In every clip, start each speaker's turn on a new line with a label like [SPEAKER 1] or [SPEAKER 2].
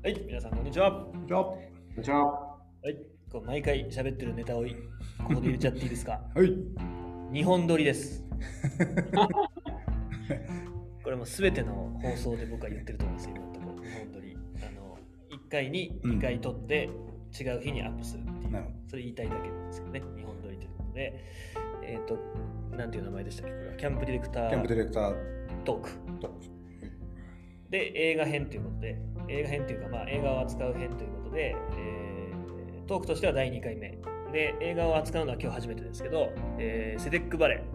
[SPEAKER 1] はい、皆さんこんにちは。
[SPEAKER 2] じゃあ、
[SPEAKER 3] じゃあ、
[SPEAKER 1] はい、毎回喋ってるネタをここで入れちゃっていいですか。
[SPEAKER 2] はい。
[SPEAKER 1] 2本撮りです。これも全ての放送で僕は言ってると思うんですよ。今のところ2本撮り。1回に2回撮って違う日にアップするっていう、それ言いたいだけなんですけどね。2本撮りということで、なんていう名前でしたっけ、これはキャンプディレクタートーク。で、映画編ということで、映画編というか、映画を扱う編ということで、トークとしては第2回目。で、映画を扱うのは今日初めてですけど、セデック・バレ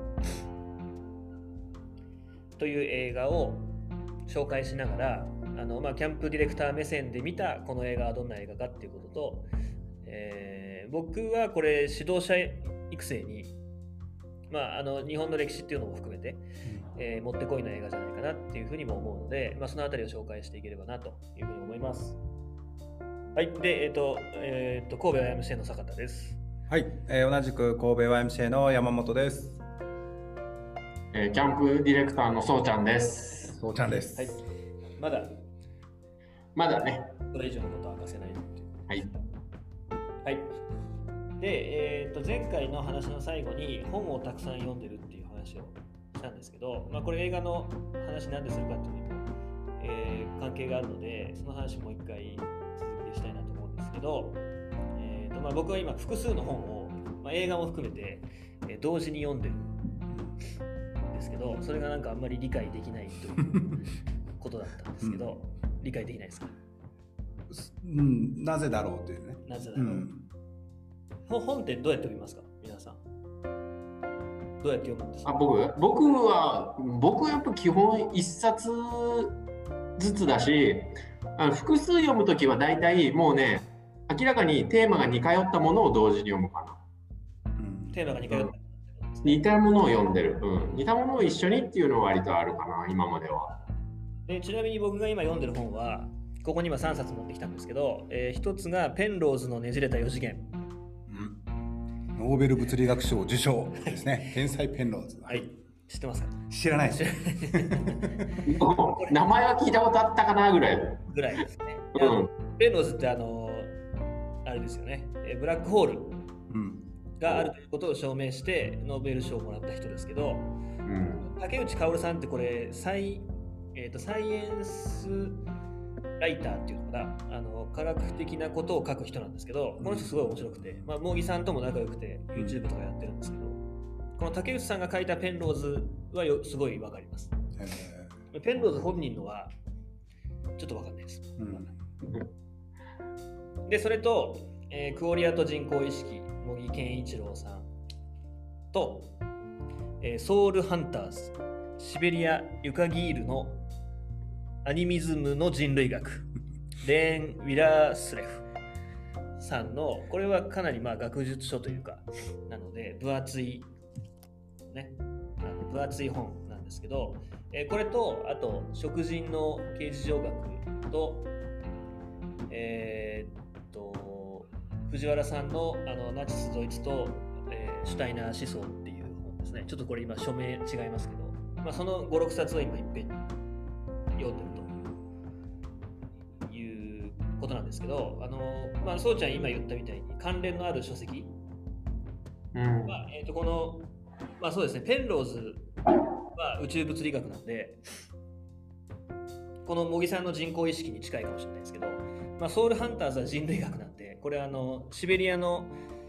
[SPEAKER 1] という映画を紹介しながら、キャンプディレクター目線で見たこの映画はどんな映画かっていうことと、僕はこれ指導者育成に、日本の歴史っていうのも含めて、もってこいの映画じゃないかなっていうふうにも思うので、そのあたりを紹介していければなというふうに思います。はい。で、神戸 YMCA の坂田です。
[SPEAKER 2] はい。同じく神戸 YMCA の山本です。
[SPEAKER 3] キャンプディレクターのそうちゃんです。
[SPEAKER 2] そうちゃんです。
[SPEAKER 1] はい。まだね。それ以上のことは明かせないっていう。
[SPEAKER 3] はい。
[SPEAKER 1] はい。で、前回の話の最後に本をたくさん読んでるっていう話をしたんですけど、これ映画の話なんでするかっていうのにも、関係があるので、その話もう一回続きでしたいなと思うんですけど、僕は今複数の本を、映画も含めて、同時に読んでるんですけど、それがなんかあんまり理解できないということだったんですけど、理解できないですか？
[SPEAKER 2] なぜだろうというね。
[SPEAKER 1] なぜだろう。本ってどうやって読みますか、皆さん？どうやって読むんですか？
[SPEAKER 3] 僕はやっぱ基本1冊ずつだし、複数読むときは大体もうね、明らかにテーマが似通ったものを同時に読むかな。
[SPEAKER 1] テーマが似通った、
[SPEAKER 3] 似たものを読んでる、似たものを一緒にっていうのは割とあるかな、今までは。
[SPEAKER 1] でちなみに僕が今読んでる本は、ここに今3冊持ってきたんですけど、一つがペンローズのねじれた4次元。
[SPEAKER 2] ノーベル物理学賞受賞ですね。天才ペンローズ。
[SPEAKER 1] はい。知ってますか？
[SPEAKER 2] 知らないです。
[SPEAKER 3] 名前は聞いたことあったかなぐらい
[SPEAKER 1] ですね。ペンローズってあれですよね。ブラックホールがあるということを証明してノーベル賞をもらった人ですけど、竹内薫さんってこれサイエンスライターっていうのかな、科学的なことを書く人なんですけど、この人すごい面白くて、茂木さんとも仲良くて YouTube とかやってるんですけど、この竹内さんが書いたペンローズはすごいわかります。ペンローズ本人のはちょっとわかんないです。でそれと、クオリアと人工意識、茂木健一郎さんと、ソウルハンターズ、シベリア・ユカギールのアニミズムの人類学、レーン・ウィラースレフさんの、これはかなり学術書というかなので分厚い本なんですけど、これとあと食人の形而上学と、藤原さんのナチスドイツと、シュタイナー思想っていう本ですね。ちょっとこれ今署名違いますけど、その 5,6 冊を今いっぺんに読んでるということなんですけど、そうちゃん今言ったみたいに関連のある書籍、このそうですね、ペンローズは宇宙物理学なんで、この茂木さんの人工意識に近いかもしれないですけど、ソウルハンターズは人類学なんで、これシベリアの、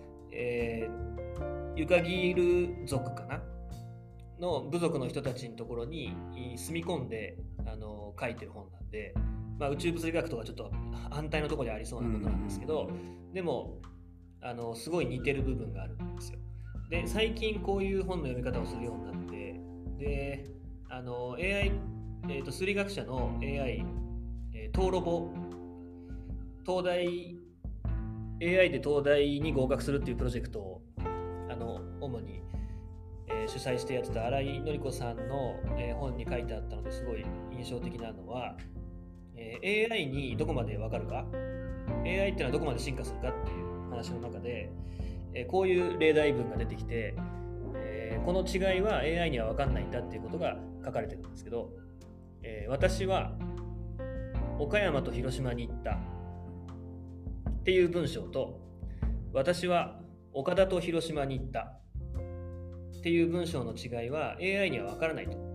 [SPEAKER 1] ユカギール族かなの部族の人たちのところに住み込んで書いてる本なんで、宇宙物理学とはちょっと反対のところでありそうなことなんですけど、でもすごい似てる部分があるんですよ。で最近こういう本の読み方をするようになって、でAI、数理学者の AI、東ロボ、東大 AI で東大に合格するっていうプロジェクトを主に、主催してやってた新井紀子さんの、本に書いてあったのですごい印象的なのは、AI にどこまで分かるか、 AI っていうのはどこまで進化するかっていう話の中で、こういう例題文が出てきて、この違いは AI には分かんないんだっていうことが書かれてるんですけど、私は岡山と広島に行った。 っていう文章と、私は岡田と広島に行ったっていう文章の違いは AI には分からないと。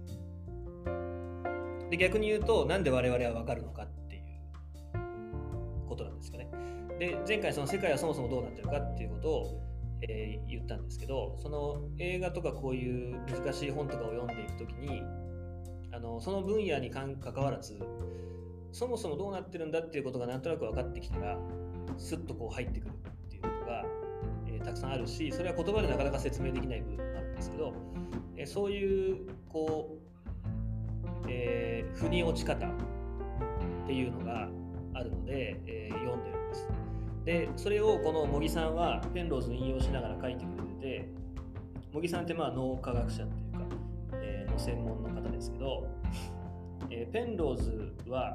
[SPEAKER 1] で、逆に言うと、なんで我々は分かるのかっていうことなんですよね。で、前回その世界はそもそもどうなってるかっていうことを、言ったんですけど、その映画とかこういう難しい本とかを読んでいくときに、その分野に関わらず、そもそもどうなってるんだっていうことがなんとなく分かってきたら、スッとこう入ってくるっていうことが、たくさんあるし、それは言葉でなかなか説明できない部分があるんですけど、そういうこう、腑に落ち方っていうのがあるので、読んでるんです。で、それをこの茂木さんはペンローズを引用しながら書いてくれてて、茂木さんって脳科学者っていうか、の専門の方ですけど、ペンローズは、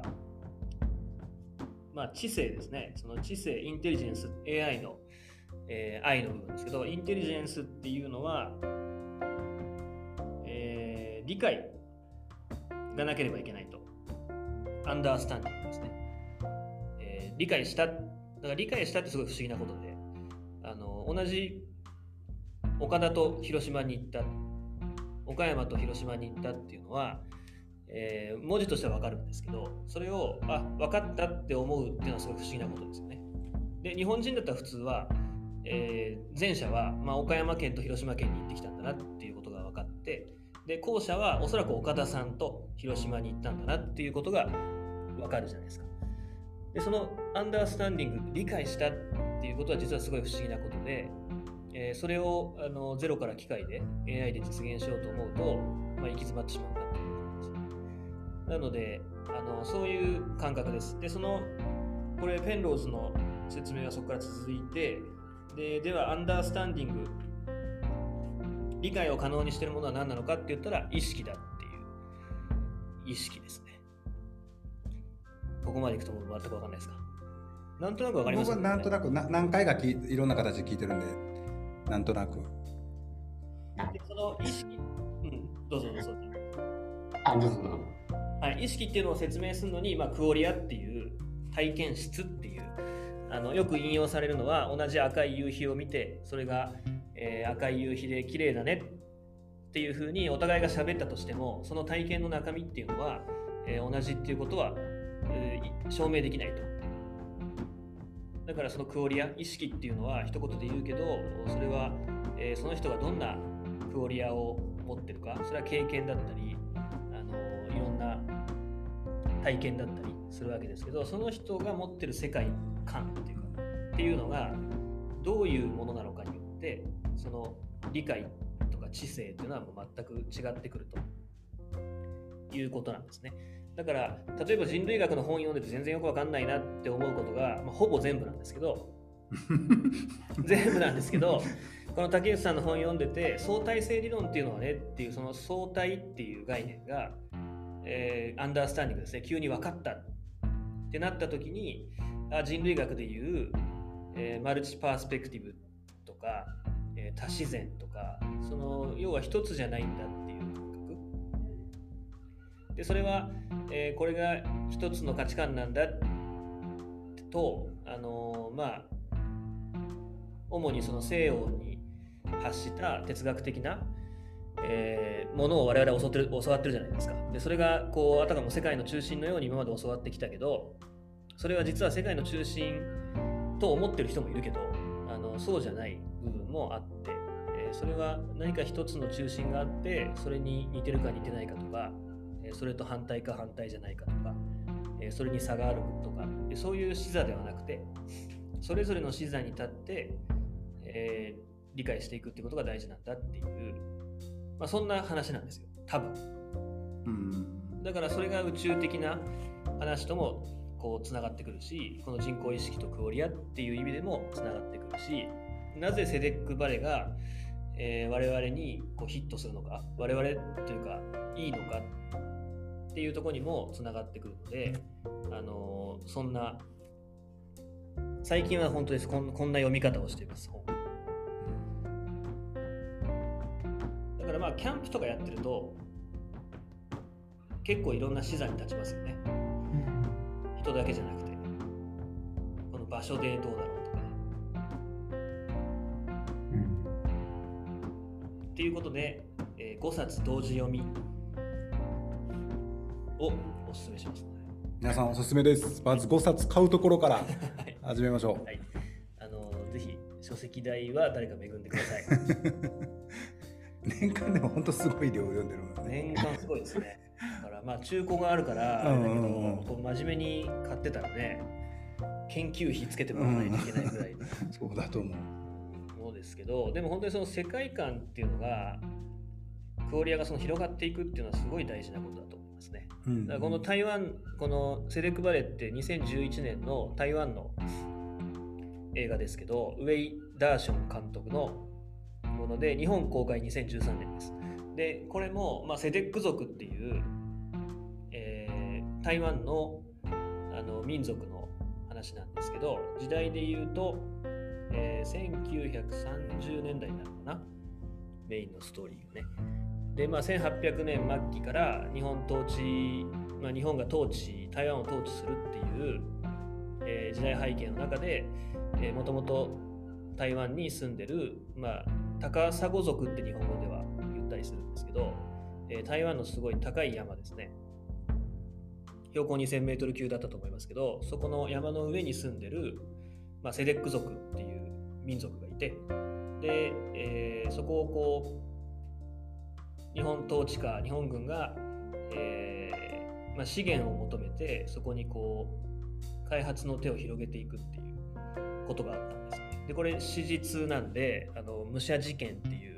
[SPEAKER 1] 知性ですね。その知性、インテリジェンス、AI の、愛の部分ですけど、インテリジェンスっていうのは、理解がなければいけないと。アンダースタンディングですね。理解した。だから理解したってすごい不思議なことで、同じ岡田と広島に行った、岡山と広島に行ったっていうのは、文字としては分かるんですけど、それを分かったって思うっていうのはすごい不思議なことですよね。で、日本人だったら普通は、前者は、岡山県と広島県に行ってきたんだなっていうことが分かって、で、後者はおそらく岡田さんと広島に行ったんだなっていうことが分かるじゃないですか。で、そのアンダースタンディング、理解したっていうことは実はすごい不思議なことで、それをゼロから機械で AI で実現しようと思うと、行き詰まってしまうなっていうことなんです。なのでそういう感覚です。で、これペンローズの説明はそこから続いて、ではアンダースタンディング、理解を可能にしているものは何なのかって言ったら意識だっていう意識ですね。ここまでいくともう全く分かんないですか？なんとなく分かりますか、ね？
[SPEAKER 2] 僕はなんとなく何回かいろんな形で聞いてるんで、なんとなく。
[SPEAKER 1] で、その意識、どうぞ。
[SPEAKER 3] どうぞ。
[SPEAKER 1] はい、意識っていうのを説明するのに、クオリアっていう体験質っていうよく引用されるのは、同じ赤い夕日を見て、それが、赤い夕日で綺麗だねっていう風にお互いが喋ったとしても、その体験の中身っていうのは、同じっていうことは、証明できないと。だからそのクオリア、意識っていうのは一言で言うけど、それは、その人がどんなクオリアを持ってるか、それは経験だったり、いろんな体験だったりするわけですけど、その人が持ってる世界観っていうのがどういうものなのかによって、その理解とか知性っていうのはもう全く違ってくるということなんですね。だから例えば人類学の本読んでて全然よくわかんないなって思うことが、ほぼ全部なんですけど全部なんですけど、この竹内さんの本読んでて、相対性理論っていうのはねっていう、その相対っていう概念が、アンダースタンディングですね、急に分かったってなった時に、人類学でいう、マルチパースペクティブとか、多自然とか、その要は一つじゃないんだっていう感覚で、それは、これが一つの価値観なんだと、主にその西洋に発した哲学的な、ものを我々は教わってるじゃないですか。で、それがこうあたかも世界の中心のように今まで教わってきたけど、それは実は世界の中心と思ってる人もいるけど、そうじゃない部分もあって、それは何か一つの中心があって、それに似てるか似てないかとか、それと反対か反対じゃないかとか、それに差があるとか、そういう視座ではなくて、それぞれの視座に立って、理解していくっていうことが大事なんだっていう、そんな話なんですよ、多分。だからそれが宇宙的な話ともこうつながってくるし、この人工意識とクオリアっていう意味でもつながってくるし、なぜセデック・バレが、我々にこうヒットするのか、我々というかいいのかっていうところにもつながってくるので、そんな最近は本当です。こんな読み方をしています、本。だからキャンプとかやってると結構いろんな視座に立ちますよね。人だけじゃなくて、この場所でどうだろうとか、っていうことで、5冊同時読みをおすすめしますので、
[SPEAKER 2] 皆さんおすすめです。まず5冊買うところから始めましょう。
[SPEAKER 1] はい、ぜひ書籍代は誰か恵んでください。
[SPEAKER 2] 年間でも本当すごい量読んでるもんね。
[SPEAKER 1] 年間すごいですね。だからまあ中古があるからあれだけど、こう真面目に買ってたらね、研究費つけてもらわないといけないぐらい
[SPEAKER 2] そうだと思う。
[SPEAKER 1] ものですけど、でも本当にその世界観っていうのが、クオリアがその広がっていくっていうのはすごい大事なことだと思いますね。だからこの台湾、このセレクバレーって2011年の台湾の映画ですけど、ウェイ・ダーション監督のもので、日本公開2013年です。で、これも、セデック族っていう、台湾の、民族の話なんですけど、時代で言うと、1930年代になるのかな、メインのストーリーがね。で、1800年末期から日本統治、日本が台湾を統治するっていう、時代背景の中で、もともと台湾に住んでる、高砂族って日本語では言ったりするんですけど、台湾のすごい高い山ですね。標高2000メートル級だったと思いますけど、そこの山の上に住んでる、セデック族っていう民族がいて、で、そこをこう日本統治下、日本軍が、資源を求めてそこにこう開発の手を広げていくっていうことがあったんですね。でこれ史実なんで、武者事件っていう、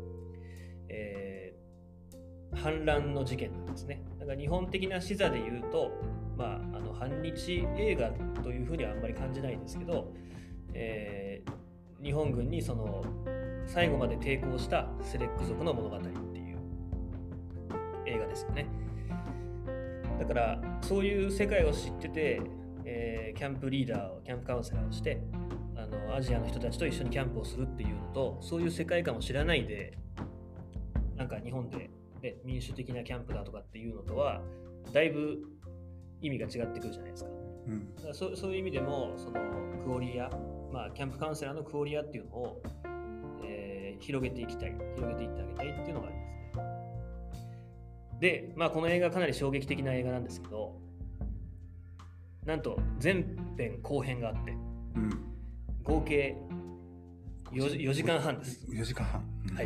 [SPEAKER 1] 反乱の事件なんですね。だから日本的な視座で言うと、反日映画というふうにはあんまり感じないんですけど、日本軍にその最後まで抵抗したセレック族の物語っていう映画ですよね。だからそういう世界を知ってて、キャンプリーダーをキャンプカウンセラーをしてアジアの人たちと一緒にキャンプをするっていうのと、そういう世界観を知らないでなんか日本で、民主的なキャンプだとかっていうのとはだいぶ意味が違ってくるじゃないですか。だからそういう意味でもそのクオリア、キャンプカウンセラーのクオリアっていうのを、広げていってあげたいっていうのがありますね。で、この映画かなり衝撃的な映画なんですけど、なんと前編後編があって、合計 4時間半です。
[SPEAKER 2] 4時間半、
[SPEAKER 1] はい。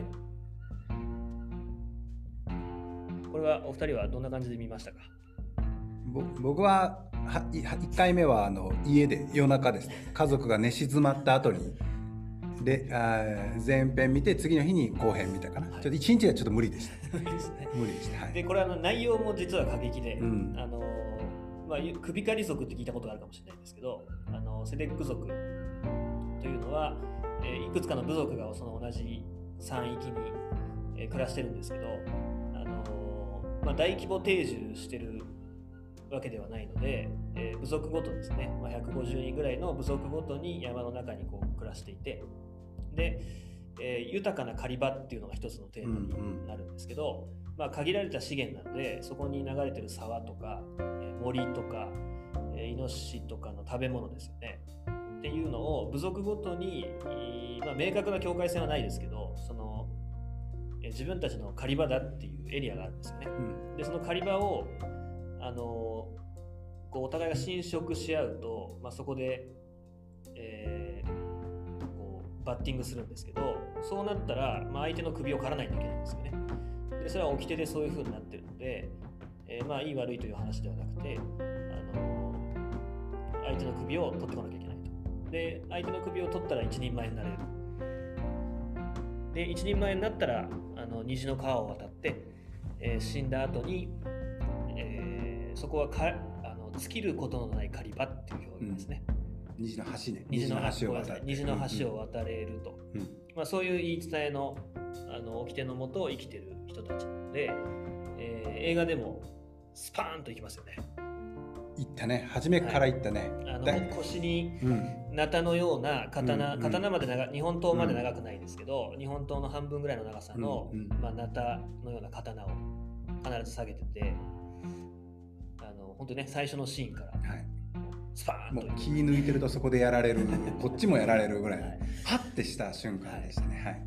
[SPEAKER 1] これはお二人はどんな感じで見ましたか？
[SPEAKER 2] 僕は1回目は家で夜中です。家族が寝静まった後にで前編見て次の日に後編見たかな。ちょっと1日はちょっと無理でした。
[SPEAKER 1] 無理ですね。
[SPEAKER 2] 無理でした。はい、
[SPEAKER 1] でこれ内容も実は過激で、首狩り族って聞いたことがあるかもしれないんですけど、セデック族というのは、いくつかの部族がその同じ山域に、暮らしてるんですけど、大規模定住してるわけではないので、部族ごとですね、150人ぐらいの部族ごとに山の中にこう暮らしていて、で、豊かな狩り場っていうのが一つのテーマになるんですけど、限られた資源なので、そこに流れてる沢とか、森とか、イノシシとかの食べ物ですよねっていうのを部族ごとに、明確な境界線はないですけど、その自分たちの狩り場だっていうエリアがあるんですよね。でその狩り場をこうお互いが侵食し合うと、そこで、こうバッティングするんですけど、そうなったら、相手の首を刈らないといけないんですよね。でそれは掟でそういう風になってるので、いい悪いという話ではなくて、相手の首を取ってこなきゃいけないと。で相手の首を取ったら一人前になれる。で一人前になったら虹の川を渡って、死んだ後に、そこは尽きることのない狩り場っていう表現ですね。
[SPEAKER 2] 虹の橋ね。
[SPEAKER 1] 虹の橋を渡れると、そういう言い伝えの掟のもとを生きてる人たちなので、映画でもスパーンといきますよね。
[SPEAKER 2] いったね。初めからいったね。
[SPEAKER 1] 腰にナタのような刀まで日本刀まで長くないですけど、日本刀の半分ぐらいの長さの、ナタのような刀を必ず下げてて、本当にね、最初のシーンからスパーンと
[SPEAKER 2] もう気抜いてるとそこでやられるこっちもやられるぐらい、
[SPEAKER 1] はい、
[SPEAKER 2] パッてした瞬間でしたね。はい、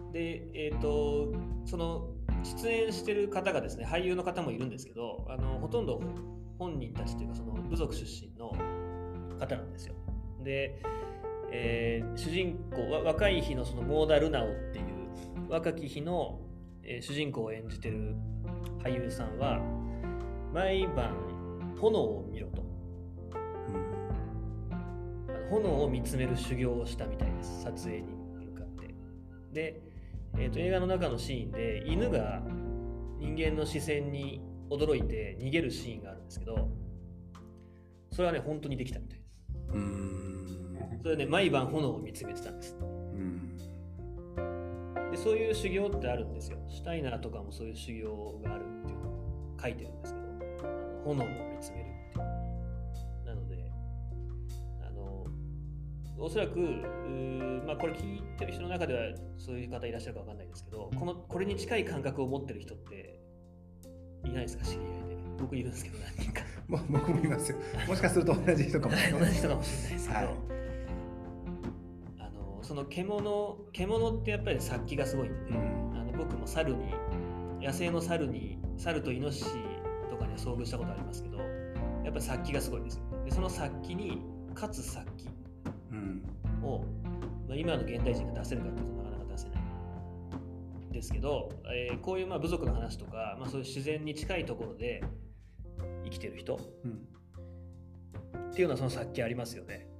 [SPEAKER 1] で、その出演してる方がですね、俳優の方もいるんですけど、ほとんど本人たちというかその部族出身の方なんですよ。で、主人公若い日のそのモーダ・ルナオっていう若き日の、主人公を演じてる俳優さんは毎晩炎を見ろと、炎を見つめる修行をしたみたいです、撮影に向かって。で、映画の中のシーンで犬が人間の視線に驚いて逃げるシーンがあるんですけど、それはね本当にできたみたいです。それはね毎晩炎を見つめてたんです。でそういう修行ってあるんですよ。シュタイナーとかもそういう修行があるっていうのを書いてるんですけど、炎を見つめるっていう。なのでおそらくこれ聞いてる人の中ではそういう方いらっしゃるかわかんないですけど、これに近い感覚を持ってる人っていないですか、知り合いで。僕いるんですけど何人か。
[SPEAKER 2] 僕もいますよ。もしかすると同じ人かもしれない。
[SPEAKER 1] 同じ人かもしれないですけど、
[SPEAKER 2] はい、
[SPEAKER 1] その獣ってやっぱり殺気がすごいんで、僕も野生の猿とイノシシとかには遭遇したことありますけど、やっぱり殺気がすごいですよね。でその殺気に勝つ殺気を、今の現代人が出せるかというとなかなか出せないですけど、こういう部族の話とか、そういう自然に近いところで生きてる人、っていうのはその殺気ありますよね。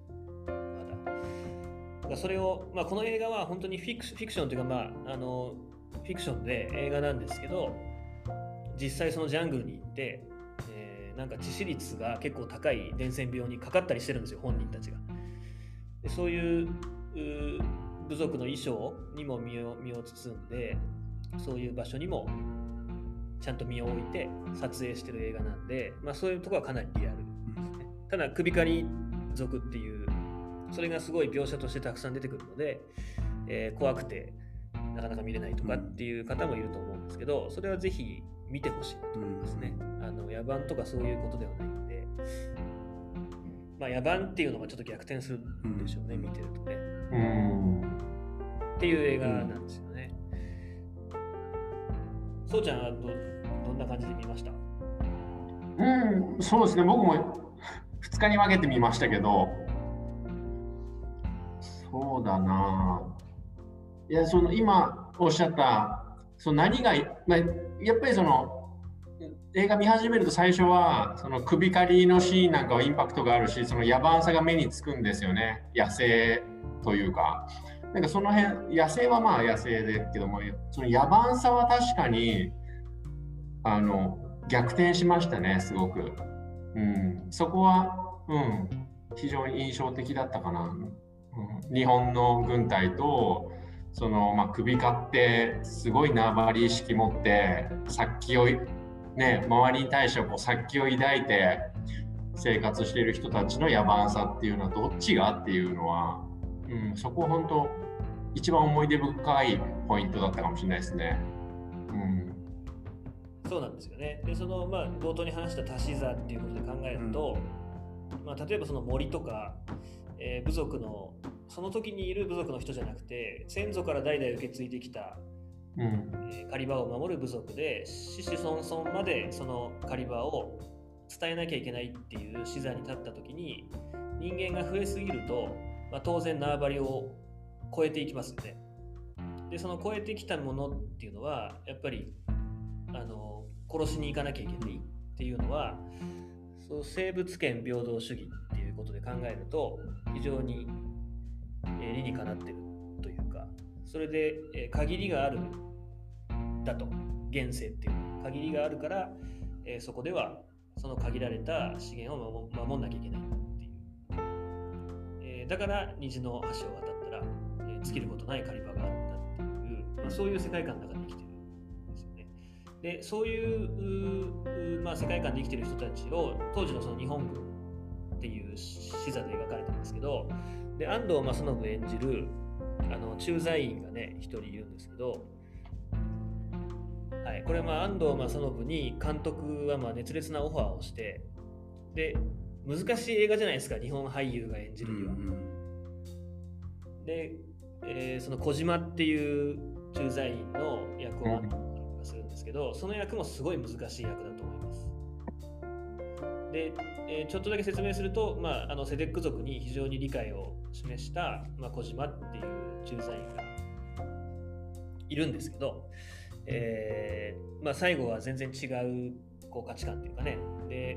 [SPEAKER 1] だからそれを、この映画は本当にフィクションというか、フィクションで映画なんですけど、実際そのジャングルに行って、なんか致死率が結構高い伝染病にかかったりしてるんですよ、本人たちが。でそういう部族の衣装にも身を包んで、そういう場所にもちゃんと身を置いて撮影してる映画なんで、そういうところはかなりリアルですね。ただ首狩り族っていうそれがすごい描写としてたくさん出てくるので、怖くてなかなか見れないとかっていう方もいると思うんですけど、それはぜひ見てほしいなと思いますね。野蛮とかそういうことではないんで、野蛮っていうのがちょっと逆転するんでしょうね、見てるとね。っていう映画なんですよね。そうちゃんはどんな感じで見ました？
[SPEAKER 3] そうですね、僕も2日に分けてみましたけど、そうだな、いや、その今おっしゃったその何が、やっぱりその映画見始めると最初はその首狩りのシーンなんかはインパクトがあるし、その野蛮さが目につくんですよね。野生というか、なんかその辺、野生は野生ですけども、その野蛮さは確かに逆転しましたね、すごく。そこは、非常に印象的だったかな。日本の軍隊とその、首狩ってすごい縄張り意識持って殺気を周りに対して殺気を抱いて生活している人たちの野蛮さっていうのはどっちがっていうのは、そこは本当一番思い出深いポイントだったかもしれないですね。
[SPEAKER 1] そうなんですよね。でその冒頭に話した足し算っていうことで考えると、例えばその森とか、部族のその時にいる部族の人じゃなくて、先祖から代々受け継いできた狩り場を守る部族で、子々孫々までその狩り場を伝えなきゃいけないっていう視座に立った時に、人間が増えすぎると、当然縄張りを超えていきますよね。でその超えてきたものっていうのはやっぱり殺しに行かなきゃいけないっていうのは、そう生物権平等主義っていうことで考えると非常に理にかなってるというか、それで限りがあるだと、現世っていう限りがあるから、そこではその限られた資源を守んなきゃいけないっていう、だから虹の橋を渡ったら、尽きることない狩り場があるんだっていう、そういう世界観の中で生きてるんですよね。でそういう、世界観で生きてる人たちを当時のその日本軍っていう視座で描かれてるんですけど、で安藤正信演じる駐在員がね一人いるんですけど、これは安藤正信に監督は熱烈なオファーをして、で難しい映画じゃないですか、日本俳優が演じるには。で、その小島っていう駐在員の役をするんですけど、その役もすごい難しい役だと思います。で、ちょっとだけ説明すると、セデック族に非常に理解を示した、小島っていう駐在員がいるんですけど、最後は全然違う価値観というかね、で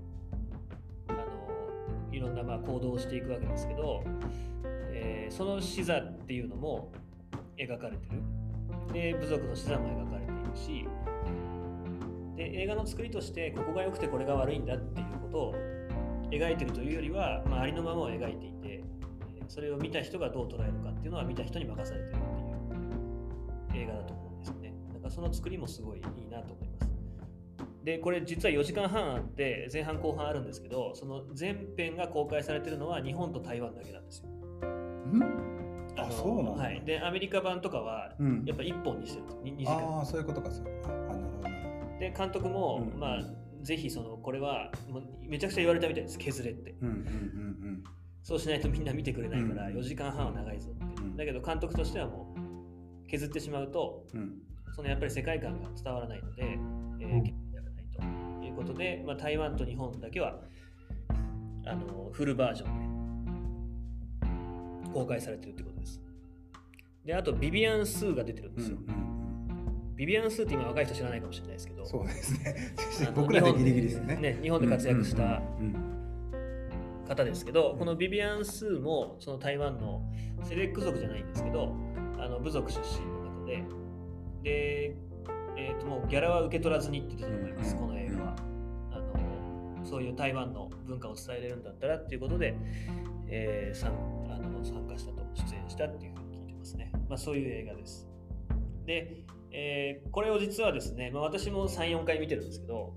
[SPEAKER 1] いろんな行動をしていくわけですけど、その視座っていうのも描かれてる。で、部族の視座も描かれているし、で映画の作りとしてここが良くてこれが悪いんだっていうことを描いてるというよりは、ありのままを描いていて、それを見た人がどう捉えるかっていうのは見た人に任されてるっていう映画だと思うんですよね。だからその作りもすごいいいなと思います。で、これ実は4時間半あって前半後半あるんですけど、その前編が公開されてるのは日本と台湾だけなんですよ。
[SPEAKER 2] そうなんだ。
[SPEAKER 1] はい。で、アメリカ版とかはやっぱ1本にしてるんですよ。2時間。
[SPEAKER 2] そういうことか、そういうことか。なるほど。
[SPEAKER 1] で、監督も、ぜひこれはもうめちゃくちゃ言われたみたいです、削れって。そうしないとみんな見てくれないから4時間半は長いぞって。だけど監督としてはもう削ってしまうと、そのやっぱり世界観が伝わらないので、削りたくないということで、台湾と日本だけはフルバージョンで公開されてるってことです。で、あとビビアン・スーが出てるんですよ。ビビアン・スーって今若い人知らないかもしれないですけど、
[SPEAKER 2] そうですね。僕らでギリギリですね。
[SPEAKER 1] 日本で活躍した方ですけど、このビビアン・スーもその台湾のセレック族じゃないんですけど、部族出身の方で、もうギャラは受け取らずにって言ってたと思います、この映画は。そういう台湾の文化を伝えれるんだったらっていうことで、参加したと、出演したっていうふうに聞いてますね。そういう映画です。で、これを実はですね、私も 3,4 回見てるんですけど、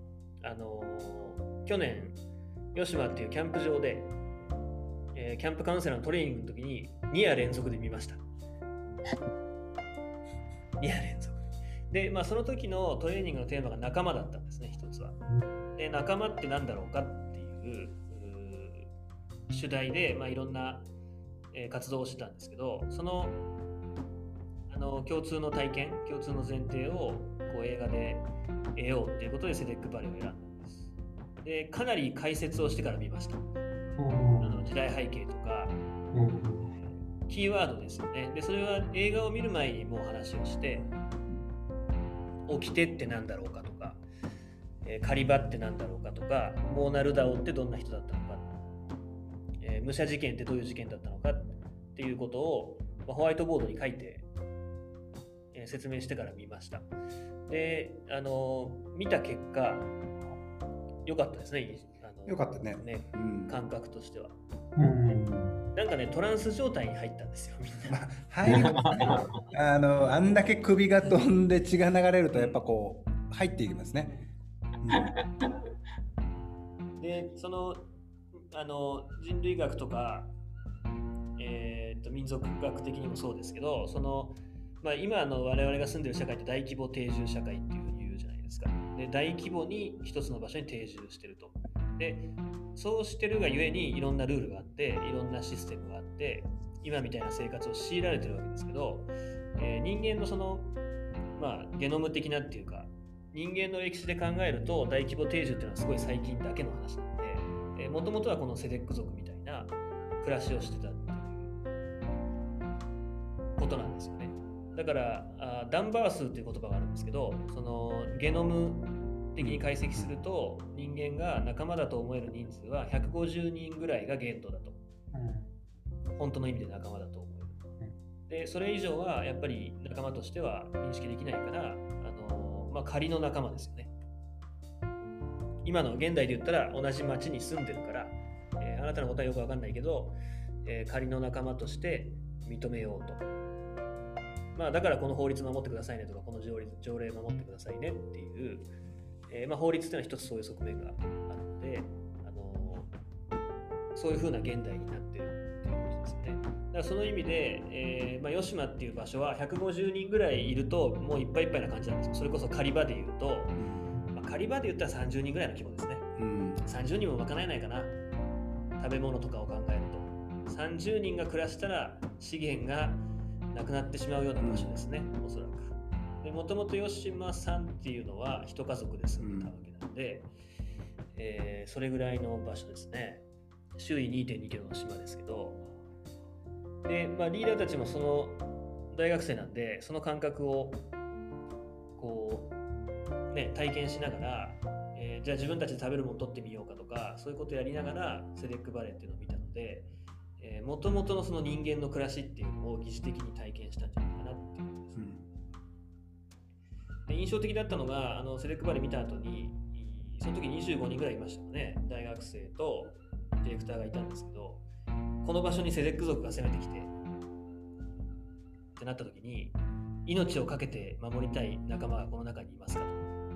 [SPEAKER 1] 去年吉島っていうキャンプ場で、キャンプカウンセラーのトレーニングの時に2夜連続で見ました。2夜連続で、その時のトレーニングのテーマが仲間だったんですね、一つは。で、仲間って何だろうかっていう主題で、いろんな、活動をしてたんですけど、その共通の体験、共通の前提を映画で得ようっていうことでセデックバレーを選んだんです。で、かなり解説をしてから見ました。時代背景とか、キーワードですよね。で、それは映画を見る前にもう話をして、掟って何だろうかとか、カリバって何だろうかとか、モーナルダオってどんな人だったのか、武者事件ってどういう事件だったのかっていうことを、ホワイトボードに書いて、説明してから見ました。で、見た結果良かったですね。
[SPEAKER 2] 良かったね。
[SPEAKER 1] 感覚としては。なんかね、トランス状態に入ったんですよ、みんな。
[SPEAKER 2] 入りますね。あんだけ首が飛んで血が流れるとやっぱ入っていきますね。
[SPEAKER 1] で、その人類学とか、民族学的にもそうですけど、今の我々が住んでる社会って大規模定住社会っていうふうに言うじゃないですか。で、大規模に一つの場所に定住してると。で、そうしてるがゆえにいろんなルールがあって、いろんなシステムがあって、今みたいな生活を強いられてるわけですけど、人間のゲノム的なっていうか、人間の歴史で考えると大規模定住っていうのはすごい最近だけの話なので、もともとはこのセデック族みたいな暮らしをしてたっていうことなんですよね。だからダンバー数という言葉があるんですけど、そのゲノム的に解析すると人間が仲間だと思える人数は150人ぐらいが限度だと、本当の意味で仲間だと思える。で、それ以上はやっぱり仲間としては認識できないから、仮の仲間ですよね。今の現代で言ったら同じ町に住んでるから、あなたのことはよく分かんないけど、仮の仲間として認めようと。だからこの法律守ってくださいねとか、この条例守ってくださいねっていう、法律っていうのは一つそういう側面があるので、そういう風な現代になってるっていうことですよね。だからその意味で、吉島っていう場所は150人ぐらいいるともういっぱいいっぱいな感じなんですよ。それこそ狩り場で言うと、狩り場で言ったら30人ぐらいの規模ですね。 30人も賄えないかな、食べ物とかを考えると。30人が暮らしたら資源がなくなってしまうような場所ですね、おそらく。でもともと吉島さんっていうのは一家族で住んでたわけなんで、それぐらいの場所ですね。周囲 2.2 キロの島ですけど、で、リーダーたちもその大学生なんで、その感覚をこう、ね、体験しながら、じゃあ自分たちで食べるもの取ってみようかとか、そういうことをやりながらセレックバレーっていうのを見たので、もともとのその人間の暮らしっていうのを疑似的に体験したんじゃないかなっていうことですね。で、印象的だったのが、セレックバレー見た後に、その時25人ぐらいいましたよね。大学生とディレクターがいたんですけど、この場所にセレック族が攻めてきてってなった時に、命を懸けて守りたい仲間がこの中にいますか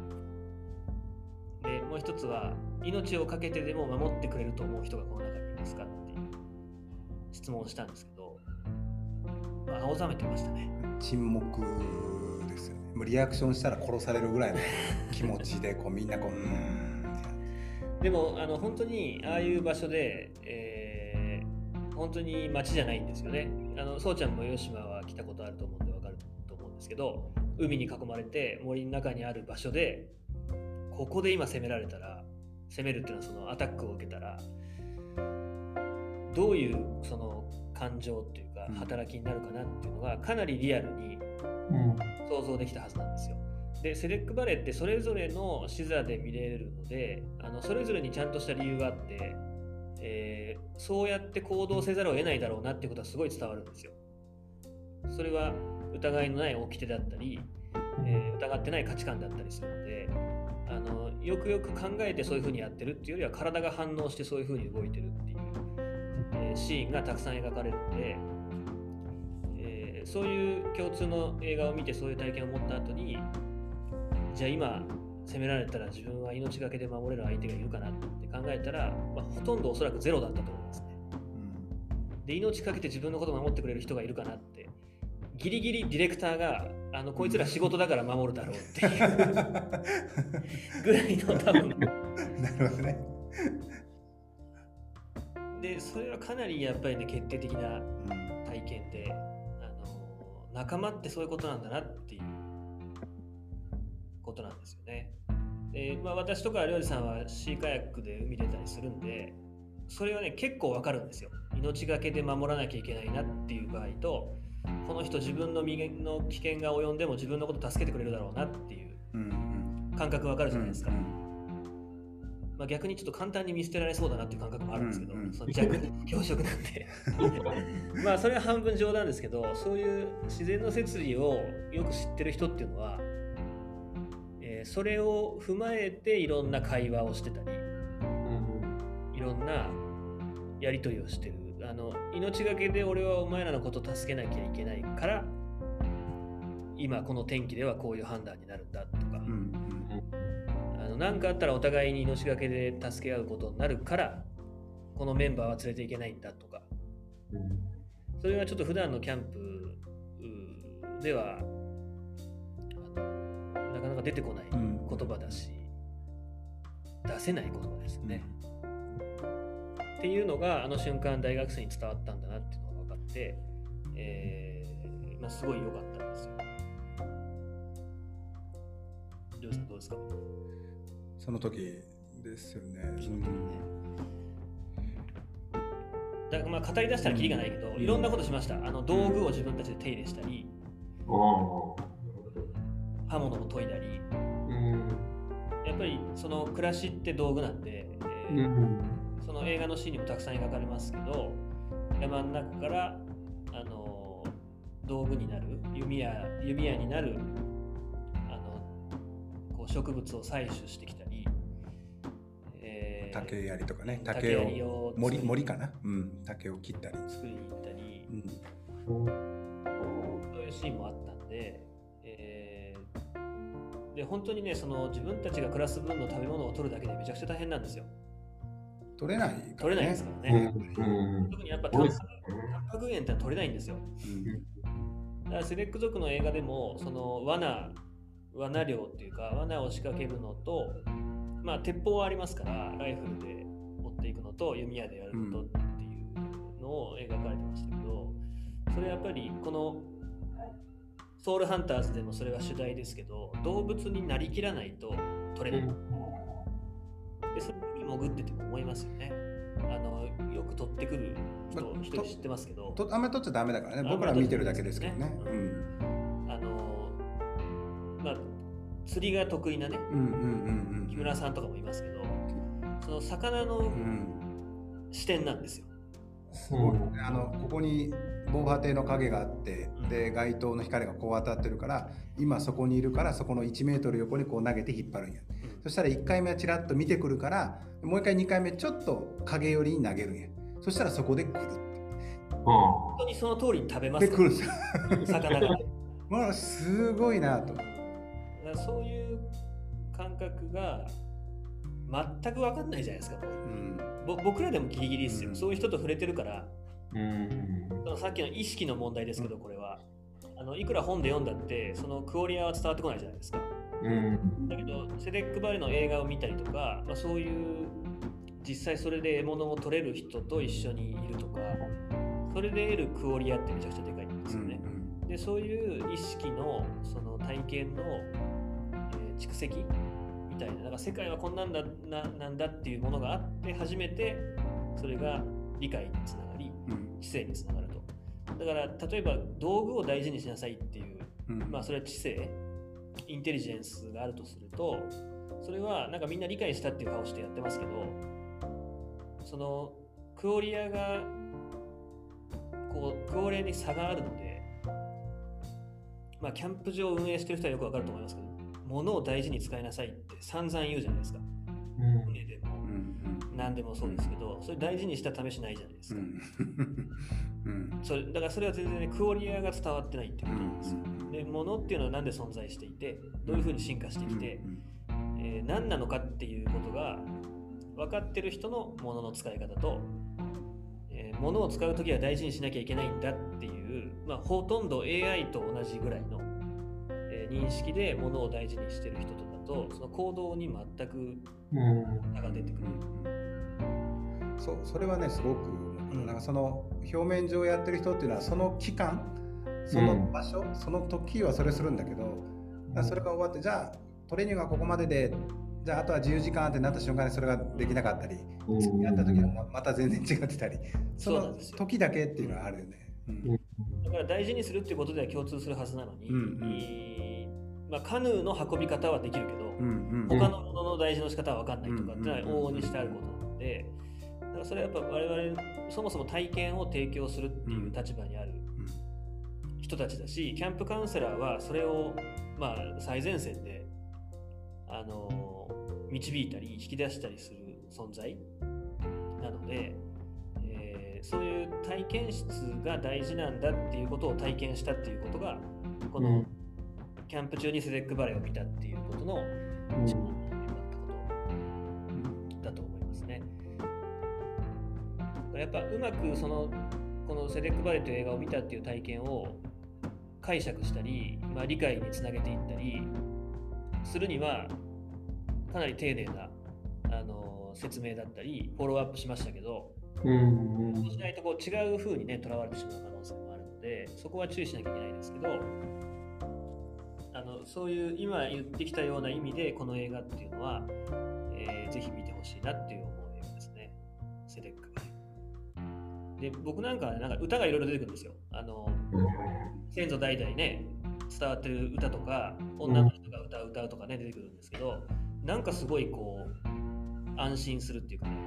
[SPEAKER 1] と。で、もう一つは、命を懸けてでも守ってくれると思う人がこの中にいますかっていう質問をしたんですけど、青ざめてましたね。
[SPEAKER 2] 沈黙ですよね。もうリアクションしたら殺されるぐらいの気持ちでみんな
[SPEAKER 1] でも本当にああいう場所で、本当に街じゃないんですよね。そうちゃんも吉島は来たことあると思うんで分かると思うんですけど、海に囲まれて森の中にある場所で、ここで今攻められたら、攻めるっていうのはそのアタックを受けたら、どういうその感情っていうか働きになるかなっていうのがかなりリアルに想像できたはずなんですよ。で、セレックバレーってそれぞれの視座で見れるので、それぞれにちゃんとした理由があって、そうやって行動せざるを得ないだろうなっていうことはすごい伝わるんですよ。それは疑いのない掟だったり、疑ってない価値観だったりするので、よくよく考えてそういうふうにやってるっていうよりは、体が反応してそういうふうに動いてるっていう、シーンがたくさん描かれるので、そういう共通の映画を見てそういう体験を持った後に、じゃあ今攻められたら自分は命がけで守れる相手がいるかなって考えたら、ほとんどおそらくゼロだったと思いますね。で、命かけて自分のことを守ってくれる人がいるかなって、ギリギリディレクターがこいつら仕事だから守るだろうっていうぐらいの多分
[SPEAKER 2] なるほどね。
[SPEAKER 1] で、それはかなりやっぱりね、決定的な体験で、仲間ってそういうことなんだなっていうことなんですよね。で、私とか料理さんはシーカヤックで海出たりするんで、それはね結構わかるんですよ。命がけで守らなきゃいけないなっていう場合と、この人自分の身の危険が及んでも自分のこと助けてくれるだろうなっていう感覚わかるじゃないですか。逆にちょっと簡単に見捨てられそうだなっていう感覚もあるんですけど、その弱強食なんでそれは半分冗談ですけど、そういう自然の摂理をよく知ってる人っていうのは、それを踏まえていろんな会話をしてたり、いろんなやり取りをしてる。命がけで俺はお前らのことを助けなきゃいけないから、今この天気ではこういう判断になるんだとか、何かあったらお互いに命がけで助け合うことになるから、このメンバーは連れていけないんだとか、それはちょっと普段のキャンプではなかなか出てこない言葉だし、出せない言葉ですよね。っていうのがあの瞬間大学生に伝わったんだなっていうのが分かって、すごい良かったんですよ。りょうさんどうですか？
[SPEAKER 2] その時ですよね。
[SPEAKER 1] だから語り出したらキリがないけど、いろんなことしました。道具を自分たちで手入れしたり、刃物も研いだり、やっぱりその暮らしって道具なんで、その映画のシーンにもたくさん描かれますけど、山の中から道具になる弓矢になるこう植物を採取してきたり、
[SPEAKER 2] 竹槍とかね、竹を森かな、竹を切ったり
[SPEAKER 1] 作りに行ったり、そういうシーンもあったんで、で本当にね、その自分たちが暮らす分の食べ物を取るだけでめちゃくちゃ大変なんですよ。
[SPEAKER 2] 取れない
[SPEAKER 1] ですからね。特にやっぱタンパク源って取れないんですよ。だからセレック族の映画でもその罠漁っていうか、罠を仕掛けるのと、 まあ鉄砲はありますからライフルで追っていくのと弓矢でやるのとっていうのを描かれてましたけど、それやっぱりこのソウルハンターズでもそれが主題ですけど、動物になりきらないと取れない。でそれに潜ってても思いますよね。よく取ってくる人一人知ってますけど、
[SPEAKER 2] あんまり取っちゃダメだからね。僕ら見てるだけですけどね。
[SPEAKER 1] まあ釣りが得意なね、木村さんとかもいますけど、その魚の視点なんですよ。
[SPEAKER 2] すごい。ここに防波堤の影があって、で街灯の光がこう当たってるから、今そこにいるからそこの1メートル横にこう投げて引っ張るんや。そしたら1回目はチラッと見てくるから、もう1回2回目ちょっと影寄りに投げるんや。そしたらそこで来るって。
[SPEAKER 1] 本当にその通りに食べますから、
[SPEAKER 2] で来るんですよ。
[SPEAKER 1] 魚が。
[SPEAKER 2] まあすごいなと。
[SPEAKER 1] そういう感覚が全く分かんないじゃないですか。僕らでもギリギリですよ。そういう人と触れてるから。そのさっきの意識の問題ですけど、これはいくら本で読んだってそのクオリアは伝わってこないじゃないですか。だけどセデック・バレの映画を見たりとか、まあ、そういう実際それで獲物を取れる人と一緒にいるとか、それで得るクオリアってめちゃくちゃでかいんですよね。でそういう意識のその体験の、蓄積みたいな、なんか世界はこんなんだっていうものがあって初めてそれが理解につながり、知性につながると。だから例えば道具を大事にしなさいっていう、まあそれは知性、インテリジェンスがあるとすると、それはなんかみんな理解したっていう顔してやってますけど、そのクオリアがこうクオリアに差があるので、まあキャンプ場を運営してる人はよくわかると思いますけど、物を大事に使いなさいって散々言うじゃないですか。船でも何でもそうですけど、それ大事にした試しないじゃないですか。だからそれは全然、ね、クオリアが伝わってないってことなんですよ。で、物っていうのは何で存在していて、どういうふうに進化してきて、何なのかっていうことが分かってる人の物の使い方と、物を使うときは大事にしなきゃいけないんだっていう、まあ、ほとんど AI と同じぐらいの、認識で物を大事にしてる人とかと、その行動に全く差が出てくる。
[SPEAKER 2] それはねすごくなんかその表面上やってる人っていうのはその期間、その場所、その時はそれするんだけど、それが終わってじゃあトレーニングはここまでで、じゃああとは自由時間ってなった瞬間にそれができなかったり、次やった時はまた全然違ってたり、その時だけっていうのはあるよね。
[SPEAKER 1] だから大事にするっていうことでは共通するはずなのに、まあ、カヌーの運び方はできるけど、他のものの大事の仕方は分かんないとかってのは往々にしてあることなので、だからそれはやっぱ我々そもそも体験を提供するっていう立場にある人たちだし、キャンプカウンセラーはそれをまあ最前線で導いたり引き出したりする存在なので、そういう体験室が大事なんだっていうことを体験したっていうことが、このキャンプ中にセデック・バレーを見たっていうことの一番良かったことだと思いますね。やっぱうまくこのセデック・バレーという映画を見たっていう体験を解釈したり、まあ、理解につなげていったりするにはかなり丁寧な説明だったりフォローアップしましたけど、そうしないとこう違う風にねとらわれてしまう可能性もあるので、そこは注意しなきゃいけないですけど、そういう今言ってきたような意味でこの映画っていうのは、ぜひ見てほしいなっていう思う映画ですね、セデックバレー。で僕なんかは、ね、なんか歌がいろいろ出てくるんですよ。先祖代々ね伝わってる歌とか、女の人が歌うとかね出てくるんですけど、なんかすごいこう安心するっていうかね、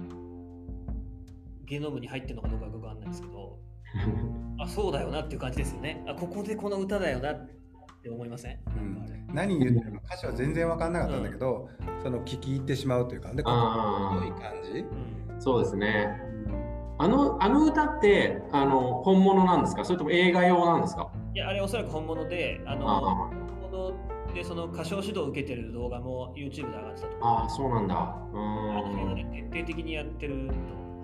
[SPEAKER 1] ゲノムに入ってるのかどうかよくわかんないですけどあ、そうだよなっていう感じですよね。あ、ここでこの歌だよなって思いません？
[SPEAKER 2] 何言ってるか歌詞は全然分かんなかったんだけど、その聞き入ってしまうというか、で、このいい感じ。
[SPEAKER 3] そうですね。あの歌って本物なんですか？それとも映画用なんですか？
[SPEAKER 1] いや、あれおそらく本物で、本物でその歌唱指導を受けてる動画も YouTube で上がってたと思う。
[SPEAKER 3] ああ、そうなんだ。
[SPEAKER 1] 辺はね、徹底的にやってると思います。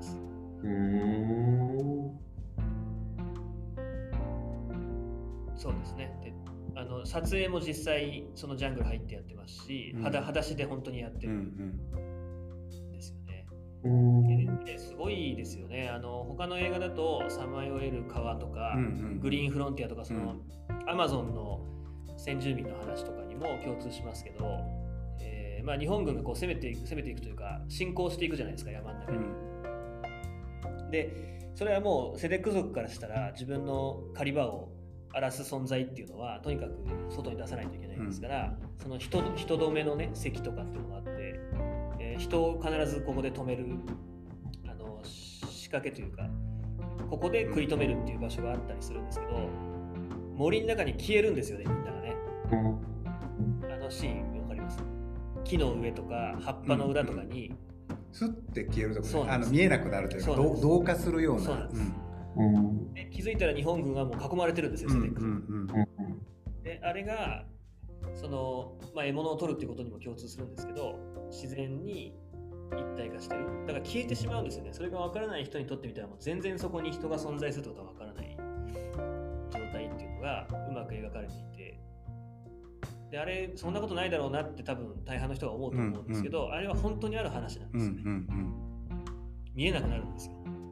[SPEAKER 1] そうですね。 撮影も実際そのジャングル入ってやってますし、裸足で本当にやってるんですよね。すごいですよね。他の映画だとさまよえる川とか、グリーンフロンティアとか、そのアマゾンの先住民の話とかにも共通しますけど、日本軍がこう攻めていくというか侵攻していくじゃないですか、山の中に。でそれはもうセデック族からしたら自分の狩り場を荒らす存在っていうのはとにかく外に出さないといけないですから、その人止めのね席とかっていうのがあって、人を必ずここで止める仕掛けというか、ここで食い止めるっていう場所があったりするんですけど、森の中に消えるんですよね、みんながね。シーンわかります？木の上とか葉っぱの裏とかに、
[SPEAKER 2] スッて消えるところ、見えなくなるというか、同化するような。そうなんです。
[SPEAKER 1] で気づいたら日本軍はもう囲まれてるんですよ、セデック族。であれがその、獲物を取るっていうことにも共通するんですけど、自然に一体化してる。だから消えてしまうんですよね。それが分からない人にとってみたらもう全然そこに人が存在することが分からない状態っていうのがうまく描かれていて、であれそんなことないだろうなって多分大半の人が思うと思うんですけど、あれは本当にある話なんですよね。見えなくなるんですよ、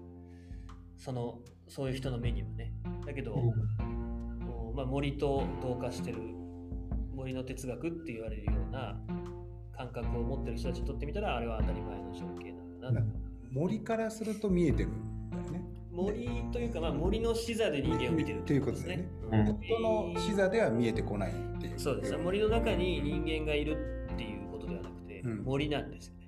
[SPEAKER 1] そういう人の目にはね。だけど、森と同化してる、森の哲学って言われるような感覚を持ってる人たちにとってみたら、あれは当たり前の情景なんだな。
[SPEAKER 2] 森からすると見えてるんだよね。
[SPEAKER 1] 森というか、森の視座で人間を見てる
[SPEAKER 2] ということですね。人の視座では見えてこないっていう。
[SPEAKER 1] そうです。森の中に人間がいるっていうことではなくて、森なんですよね。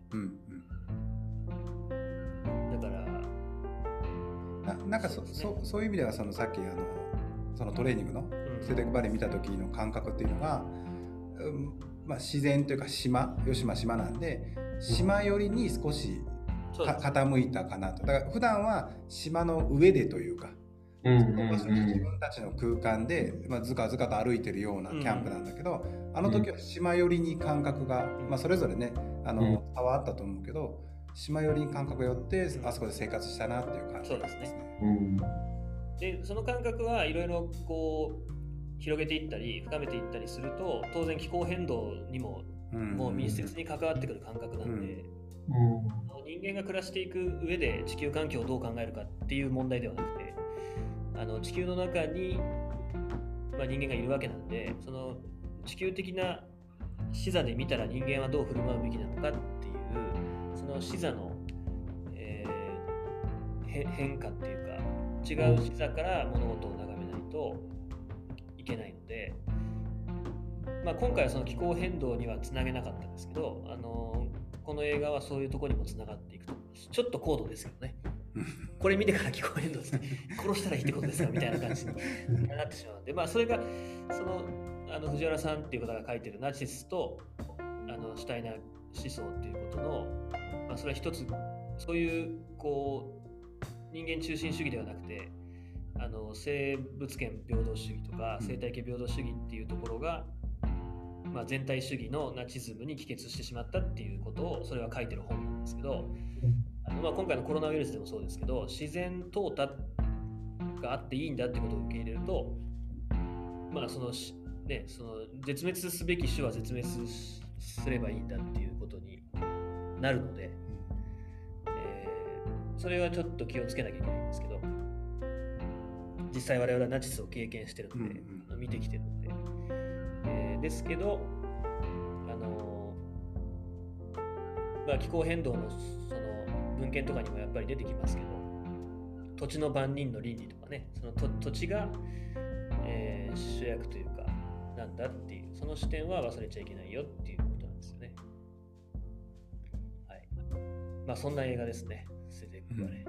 [SPEAKER 1] だから
[SPEAKER 2] なんかそういう意味ではさっきそのトレーニングのセデックバレー見た時の感覚っていうのが、自然というか島なんで、島寄りに少し傾いたかなと。だから普段は島の上でというか、自分たちの空間で、ずかずかと歩いてるようなキャンプなんだけど、あの時は島寄りに感覚が、それぞれね差はあったと思うけど、島寄りに感覚が寄ってあそこで生活したなっていう感じですね。
[SPEAKER 1] でその感覚はいろいろこう広げていったり深めていったりすると、当然気候変動にももう密接に関わってくる感覚なんで、人間が暮らしていく上で地球環境をどう考えるかっていう問題ではなくて、地球の中に、人間がいるわけなんで、その地球的な視座で見たら人間はどう振る舞うべきなのかっていう、その視座の、変化っていうか、違う視座から物事を眺めないといけないので、今回はその気候変動にはつなげなかったんですけど、この映画はそういうところにもつながっていくと思います。ちょっと高度ですけどね。これ見てから気候変動ですね。殺したらいいってことですかみたいな感じになってしまうので、それが藤原さんっていう方が書いてるナチスとシュタイナー思想っていうことの、それは一つそういう人間中心主義ではなくて、生物圏平等主義とか生態系平等主義っていうところが、全体主義のナチズムに帰結してしまったっていうことをそれは書いてる本なんですけど、今回のコロナウイルスでもそうですけど、自然淘汰があっていいんだってことを受け入れると、その絶滅すべき種は絶滅すればいいんだっていうことになるので、それはちょっと気をつけなきゃいけないんですけど、実際我々はナチスを経験してるので、見てきてるので、ですけど、気候変動のその文献とかにもやっぱり出てきますけど、土地の番人の倫理とかね、その土地が、主役というかなんだっていう、その視点は忘れちゃいけないよっていうことなんですよね。はい。そんな映画ですね、セデックバレ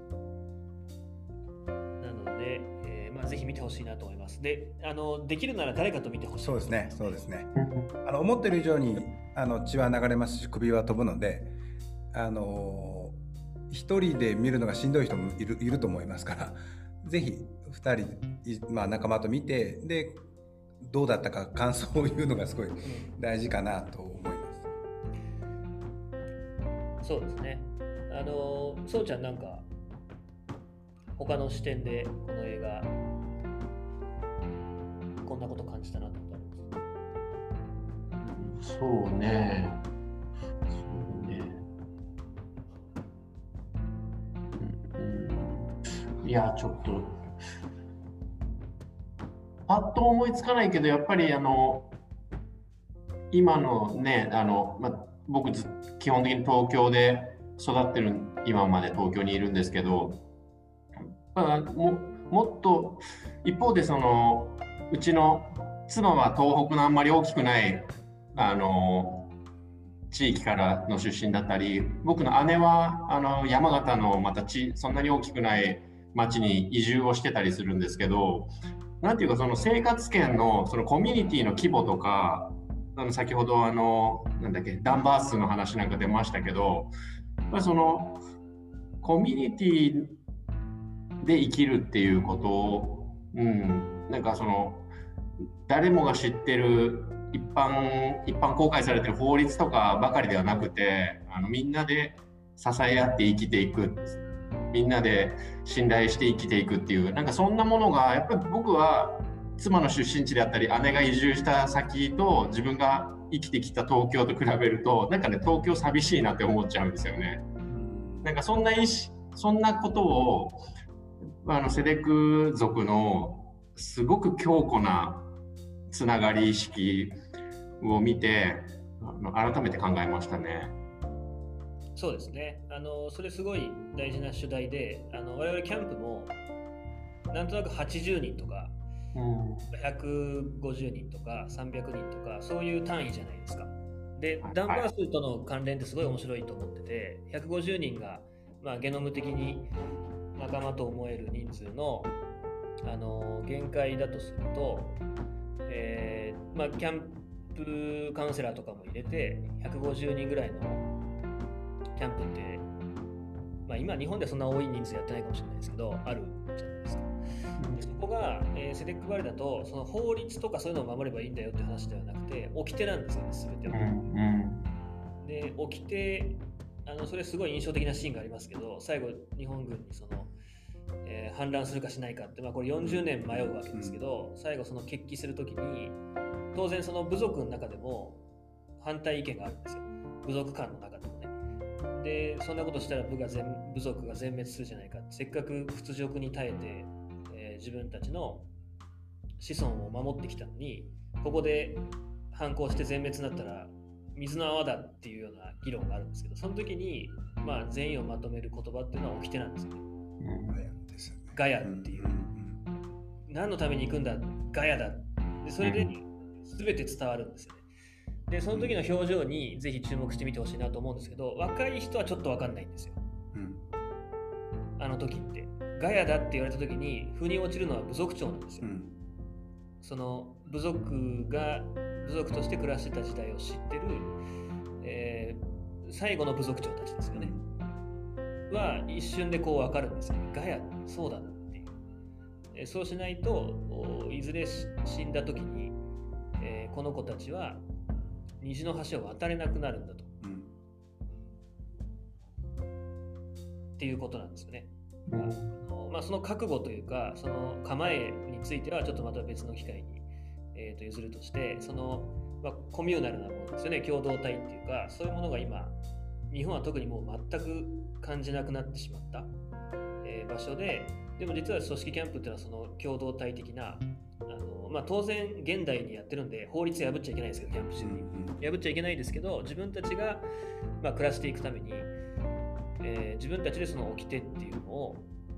[SPEAKER 1] ー。なので、ぜひ見てほしいなと思います。で、できるなら誰かと見てほしい。
[SPEAKER 2] そうですね。思ってる以上に血は流れますし、首は飛ぶので、一人で見るのがしんどい人もいると思いますから、ぜひ2人、仲間と見て、でどうだったか感想を言うのがすごい大事かなと思います。
[SPEAKER 1] そうですね。そうちゃん、なんか他の視点でこの映画こんなこと感じたなと思ってあります。
[SPEAKER 3] そうね。いや、ちょっとパッと思いつかないけど、やっぱり今のね、僕基本的に東京で育ってる、今まで東京にいるんですけど、もっと一方でうちの妻は東北のあんまり大きくない地域からの出身だったり、僕の姉は山形のまたそんなに大きくない町に移住をしてたりするんですけど、なんていうかその生活圏のそのコミュニティの規模とか、先ほどなんだっけ、ダンバー数の話なんか出ましたけど、やっぱりそのコミュニティで生きるっていうことを、なんか誰もが知ってる一般公開されてる法律とかばかりではなくて、みんなで支え合って生きていく、みんなで信頼して生きていくっていう、なんかそんなものがやっぱり僕は妻の出身地であったり、姉が移住した先と自分が生きてきた東京と比べると、なんかね、東京寂しいなって思っちゃうんですよね。なんかそんなことをセデック族のすごく強固なつながり意識を見て改めて考えましたね。
[SPEAKER 1] そうですね。それすごい大事な主題で、我々キャンプもなんとなく80人とか、150人とか300人とかそういう単位じゃないですか。で、ダンバー数との関連ってすごい面白いと思ってて、150人が、ゲノム的に仲間と思える人数の、限界だとすると、キャンプカウンセラーとかも入れて150人ぐらいのキャンプって、今日本ではそんな多い人数やってないかもしれないですけど、あるじゃないですか。でそこが、セデックバレーだとその法律とかそういうのを守ればいいんだよって話ではなくて、掟なんですよね、全ては。で、掟、それすごい印象的なシーンがありますけど、最後日本軍に反乱するかしないかって、これ40年迷うわけですけど、最後決起するときに当然その部族の中でも反対意見があるんですよ、部族間の中でもね。で、そんなことしたら部族が全滅するじゃないか、せっかく屈辱に耐えて、自分たちの子孫を守ってきたのに、ここで反抗して全滅になったら水の泡だっていうような議論があるんですけど、その時に全員をまとめる言葉っていうのは掟なんですよね。ガヤっていう、何のために行くんだ、ガヤだ。でそれで全て伝わるんですよね。で、その時の表情にぜひ注目してみてほしいなと思うんですけど、若い人はちょっと分かんないんですよ。あの時ってガヤだって言われた時に腑に落ちるのは部族長なんですよ。その部族として暮らしてた時代を知ってる、最後の部族長たちですよね。は一瞬でこう分かるんですよね。ガヤ、そうだなっていう。そうしないといずれ死んだ時に、この子たちは虹の橋を渡れなくなるんだと、っていうことなんですよね。その覚悟というか、その構えについてはちょっとまた別の機会に、譲るとして、コミューナルなものですよね。共同体っていうか、そういうものが今日本は特にもう全く感じなくなってしまった、場所で、でも実は組織キャンプっていうのはその共同体的な、当然現代にやってるんで法律破っちゃいけないですけど、キャンプ中に破っちゃいけないですけど、自分たちが、暮らしていくために、自分たちでその掟っていうのを、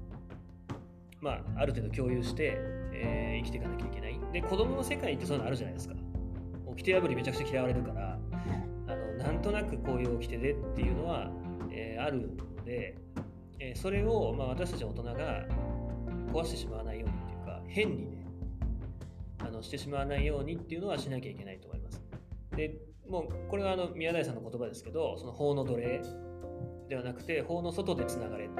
[SPEAKER 1] ある程度共有して、生きていかなきゃいけない。で、子供の世界ってそういうのあるじゃないですか。掟破りめちゃくちゃ嫌われるから、なんとなくこういう掟でっていうのは、あるので、それを、私たち大人が壊してしまわないようにっていうか、変にね、してしまわないようにっていうのはしなきゃいけないと思います。で、もうこれは宮台さんの言葉ですけど、その法の奴隷ではなくて法の外でつながれっていう、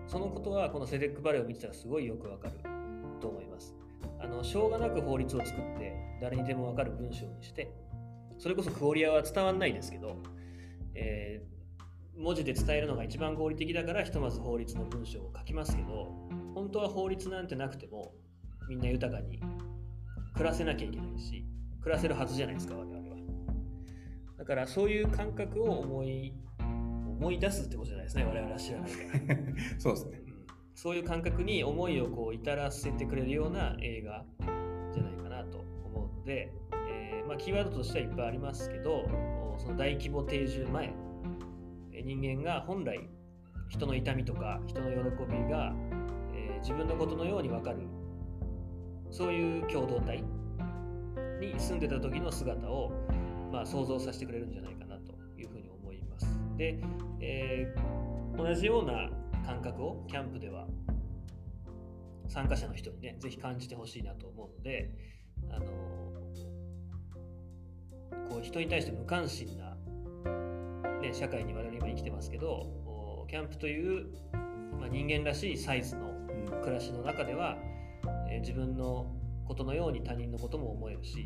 [SPEAKER 1] そのことはこのセデックバレーを見てたらすごいよくわかると思います。しょうがなく法律を作って誰にでもわかる文章にして、それこそクオリアは伝わんないですけど、文字で伝えるのが一番合理的だからひとまず法律の文章を書きますけど、本当は法律なんてなくてもみんな豊かに暮らせなきゃいけないし、暮らせるはずじゃないですか、我々は。だからそういう感覚を思い出すってことじゃないですね、我々は知らないから。
[SPEAKER 2] そうですね。
[SPEAKER 1] そういう感覚に思いをこう至らせてくれるような映画じゃないかなと思うので、キーワードとしてはいっぱいありますけど、その大規模定住前、人間が本来人の痛みとか人の喜びが、自分のことのように分かる、そういう共同体に住んでた時の姿を、想像させてくれるんじゃないかなというふうに思います。で、同じような感覚をキャンプでは参加者の人にね、ぜひ感じてほしいなと思うので、こう人に対して無関心な、社会に我々今生きてますけど、キャンプという、人間らしいサイズの暮らしの中では、自分のことのように他人のことも思えるし、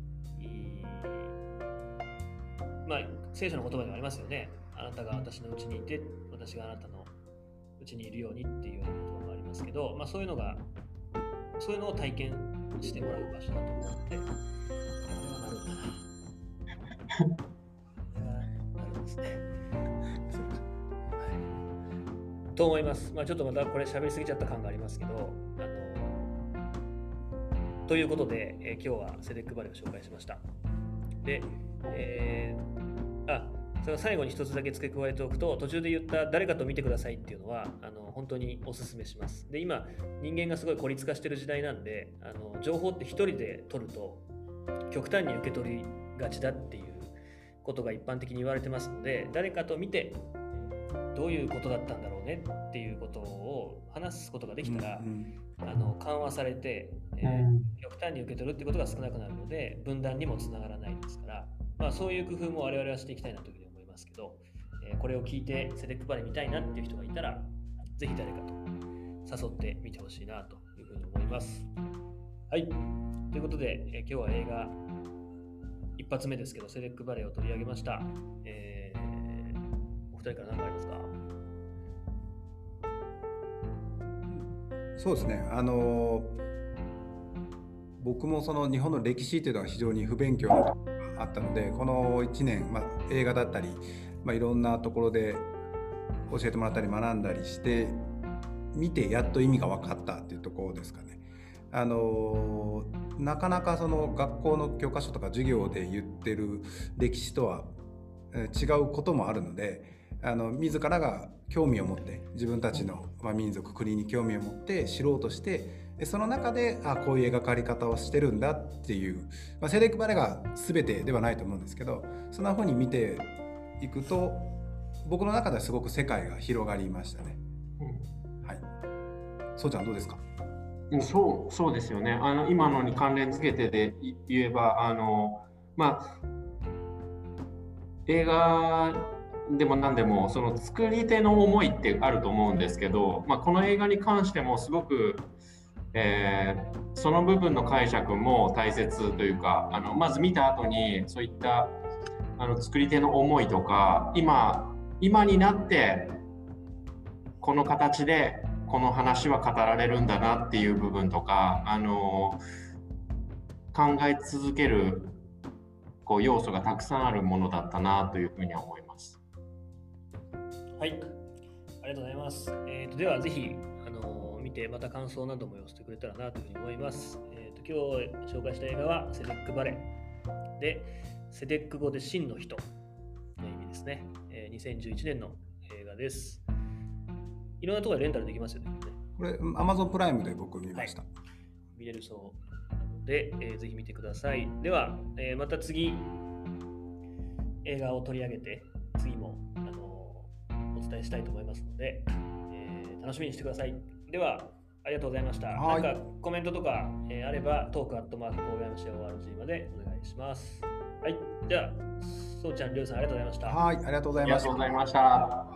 [SPEAKER 1] 聖書の言葉でもありますよね。あなたが私のうちにいて、私があなたのうちにいるようにっていうような言葉もありますけど、そういうのを体験してもらう場所だと思うので、これはなるんだな。なるんですね。と思います。ちょっとまたこれ喋りすぎちゃった感がありますけど、ということで、今日はセデックバレーを紹介しました。で、それは最後に一つだけ付け加えておくと、途中で言った誰かと見てくださいっていうのは本当にお勧めします。で、今人間がすごい孤立化してる時代なんで、情報って一人で取ると極端に受け取りがちだっていうことが一般的に言われてますので、誰かと見てどういうことだったんだろうねっていうことを話すことができたら、緩和されて、極端に受け取るってことが少なくなるので、分断にもつながらないですから、そういう工夫も我々はしていきたいなというふうに思いますけど、これを聞いてセデックバレー見たいなっていう人がいたら、ぜひ誰かと誘ってみてほしいなというふうに思います。はい、ということで、今日は映画一発目ですけど、セデックバレーを取り上げました。お二人から何かありますか？
[SPEAKER 2] そうですね。僕もその日本の歴史というのは非常に不勉強なところがあったので、この1年、映画だったり、いろんなところで教えてもらったり学んだりして見て、やっと意味が分かったっていうところですかね。なかなかその学校の教科書とか授業で言ってる歴史とは違うこともあるので、自らが興味を持って、自分たちの民族、国に興味を持って知ろうとして、その中でこういう描かれ方をしてるんだっていう、セデックバレーが全てではないと思うんですけど、そんな風に見ていくと僕の中ではすごく世界が広がりましたね。はい。そうちゃんどうですか？
[SPEAKER 3] そうですよね。今のに関連付けてで言えば、映画でも何でもその作り手の思いってあると思うんですけど、この映画に関してもすごく、その部分の解釈も大切というか、まず見た後にそういった作り手の思いとか、今になってこの形でこの話は語られるんだなっていう部分とか、考え続ける要素がたくさんあるものだったなというふうに思います。
[SPEAKER 1] はい、ありがとうございます。ではぜひ見てまた感想なども寄せてくれたらなというふうに思います。今日紹介した映画はセデックバレーで、セデック語で真の人の意味ですね。2011年の映画です。いろんなところでレンタルできますよね。
[SPEAKER 2] これ Amazon プライムで僕見ました。
[SPEAKER 1] 見れるそうなので、ぜひ見てください。では、また次映画を取り上げて、次もお伝えしたいと思いますので、楽しみにしてください。ではありがとうございました。なんかコメントとか、あればトーク@OMCORGまでお願いします。はい、じゃあそうちゃん、りょうさんありがとうございました。
[SPEAKER 2] はい、ありがとうございました。
[SPEAKER 3] ありがとうございました。